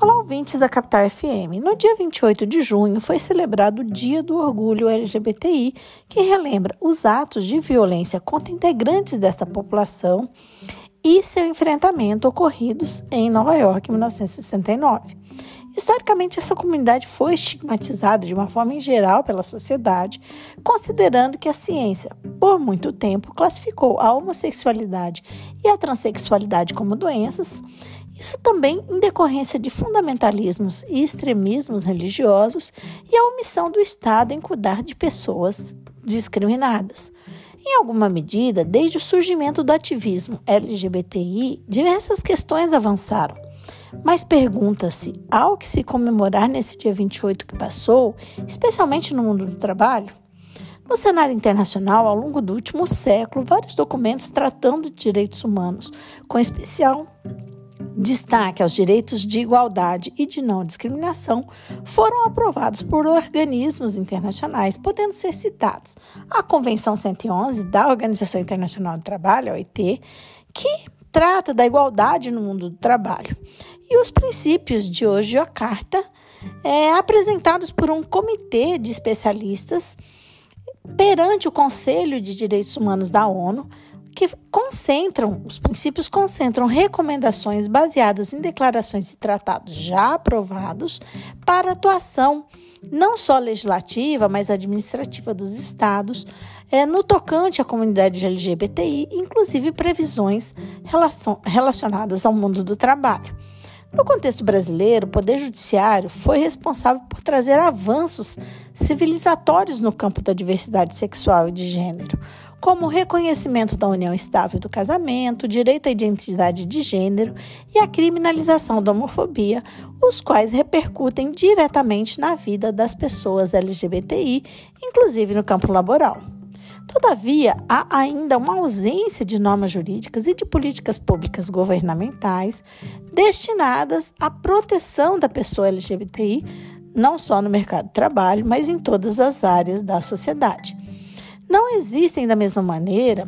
Olá, ouvintes da Capital FM. No dia 28 de junho foi celebrado o Dia do Orgulho LGBTI, que relembra os atos de violência contra integrantes dessa população e seu enfrentamento ocorridos em Nova York em 1969. Historicamente, essa comunidade foi estigmatizada de uma forma em geral pela sociedade, considerando que a ciência, por muito tempo, classificou a homossexualidade e a transexualidade como doenças. Isso também em decorrência de fundamentalismos e extremismos religiosos e a omissão do Estado em cuidar de pessoas discriminadas. Em alguma medida, desde o surgimento do ativismo LGBTI, diversas questões avançaram. Mas pergunta-se, há o que se comemorar nesse dia 28 que passou, especialmente no mundo do trabalho? No cenário internacional, ao longo do último século, vários documentos tratando de direitos humanos, com especial destaque aos direitos de igualdade e de não discriminação, foram aprovados por organismos internacionais, podendo ser citados a Convenção 111 da Organização Internacional do Trabalho, a OIT, que trata da igualdade no mundo do trabalho, e os princípios de Yogyakarta, apresentados por um comitê de especialistas perante o Conselho de Direitos Humanos da ONU, que os princípios concentram recomendações baseadas em declarações e tratados já aprovados para atuação não só legislativa, mas administrativa dos estados, no tocante à comunidade LGBTI, inclusive previsões relacionadas ao mundo do trabalho. No contexto brasileiro, o Poder Judiciário foi responsável por trazer avanços civilizatórios no campo da diversidade sexual e de gênero, como o reconhecimento da união estável do casamento, o direito à identidade de gênero e a criminalização da homofobia, os quais repercutem diretamente na vida das pessoas LGBTI, inclusive no campo laboral. Todavia, há ainda uma ausência de normas jurídicas e de políticas públicas governamentais destinadas à proteção da pessoa LGBTI, não só no mercado de trabalho, mas em todas as áreas da sociedade. Não existem, da mesma maneira,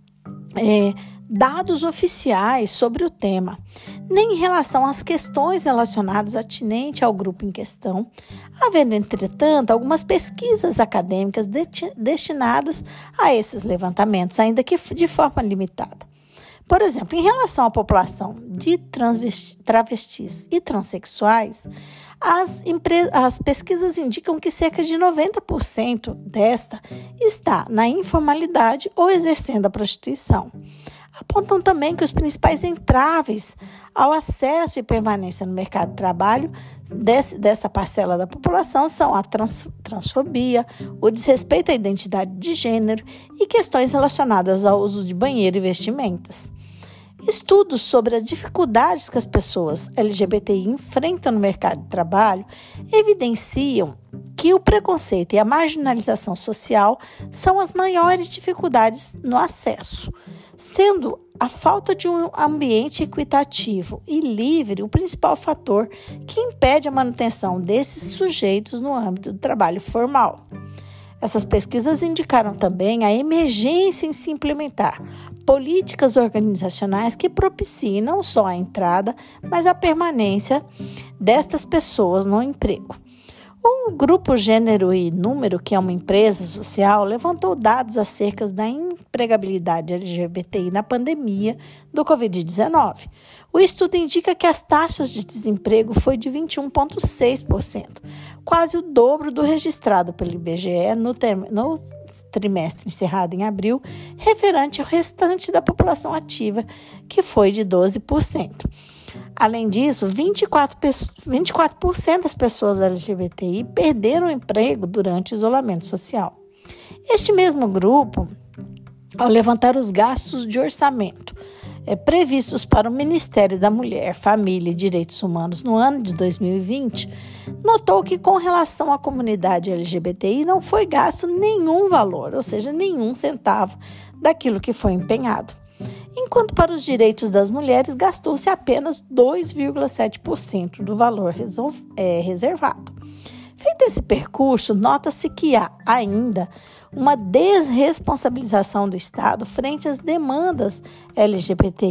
dados oficiais sobre o tema, nem em relação às questões relacionadas atinentes ao grupo em questão, havendo, entretanto, algumas pesquisas acadêmicas destinadas a esses levantamentos, ainda que de forma limitada. Por exemplo, em relação à população de travestis e transexuais, as pesquisas indicam que cerca de 90% desta está na informalidade ou exercendo a prostituição. Apontam também que os principais entraves ao acesso e permanência no mercado de trabalho dessa parcela da população são a transfobia, o desrespeito à identidade de gênero e questões relacionadas ao uso de banheiro e vestimentas. Estudos sobre as dificuldades que as pessoas LGBTI enfrentam no mercado de trabalho evidenciam que o preconceito e a marginalização social são as maiores dificuldades no acesso, sendo a falta de um ambiente equitativo e livre o principal fator que impede a manutenção desses sujeitos no âmbito do trabalho formal. Essas pesquisas indicaram também a emergência em se implementar políticas organizacionais que propiciem não só a entrada, mas a permanência destas pessoas no emprego. O Grupo Gênero e Número, que é uma empresa social, levantou dados acerca da empregabilidade LGBTI na pandemia do Covid-19. O estudo indica que as taxas de desemprego foi de 21,6%, quase o dobro do registrado pelo IBGE no trimestre encerrado em abril, referente ao restante da população ativa, que foi de 12%. Além disso, 24% das pessoas LGBTI perderam o emprego durante o isolamento social. Este mesmo grupo, ao levantar os gastos de orçamento previstos para o Ministério da Mulher, Família e Direitos Humanos no ano de 2020, notou que com relação à comunidade LGBTI não foi gasto nenhum valor, ou seja, nenhum centavo daquilo que foi empenhado. Enquanto para os direitos das mulheres gastou-se apenas 2,7% do valor reservado. Feito esse percurso, nota-se que há ainda uma desresponsabilização do Estado frente às demandas LGBTI.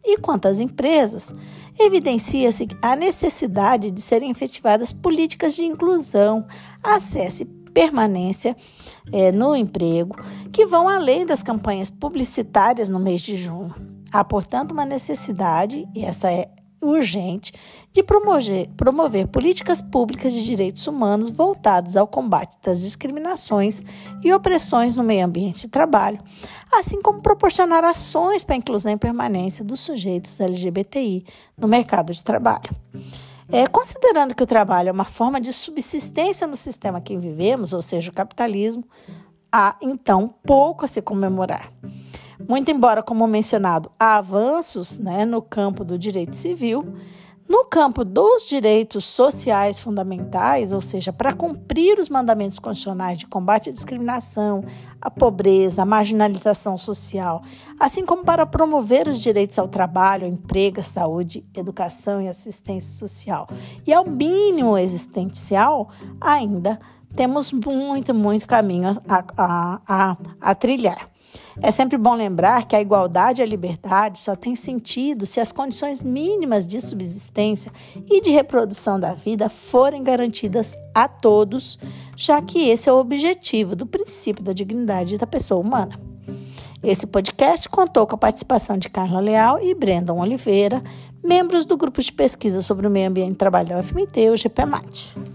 E quanto às empresas, evidencia-se a necessidade de serem efetivadas políticas de inclusão, acesso e permanência no emprego, que vão além das campanhas publicitárias no mês de junho. Há, portanto, uma necessidade, e essa é urgente, de promover políticas públicas de direitos humanos voltadas ao combate das discriminações e opressões no meio ambiente de trabalho, assim como proporcionar ações para a inclusão e permanência dos sujeitos LGBTI no mercado de trabalho. Considerando que o trabalho é uma forma de subsistência no sistema que vivemos, ou seja, o capitalismo, há, então, pouco a se comemorar. Muito embora, como mencionado, há avanços no campo do direito civil, no campo dos direitos sociais fundamentais, ou seja, para cumprir os mandamentos constitucionais de combate à discriminação, à pobreza, à marginalização social, assim como para promover os direitos ao trabalho, ao emprego, à saúde, educação e assistência social, e ao mínimo existencial, ainda temos muito caminho a trilhar. É sempre bom lembrar que a igualdade e a liberdade só tem sentido se as condições mínimas de subsistência e de reprodução da vida forem garantidas a todos, já que esse é o objetivo do princípio da dignidade da pessoa humana. Esse podcast contou com a participação de Carla Leal e Brendon Oliveira, membros do grupo de pesquisa sobre o meio ambiente e trabalho da UFMT, o GPMAT.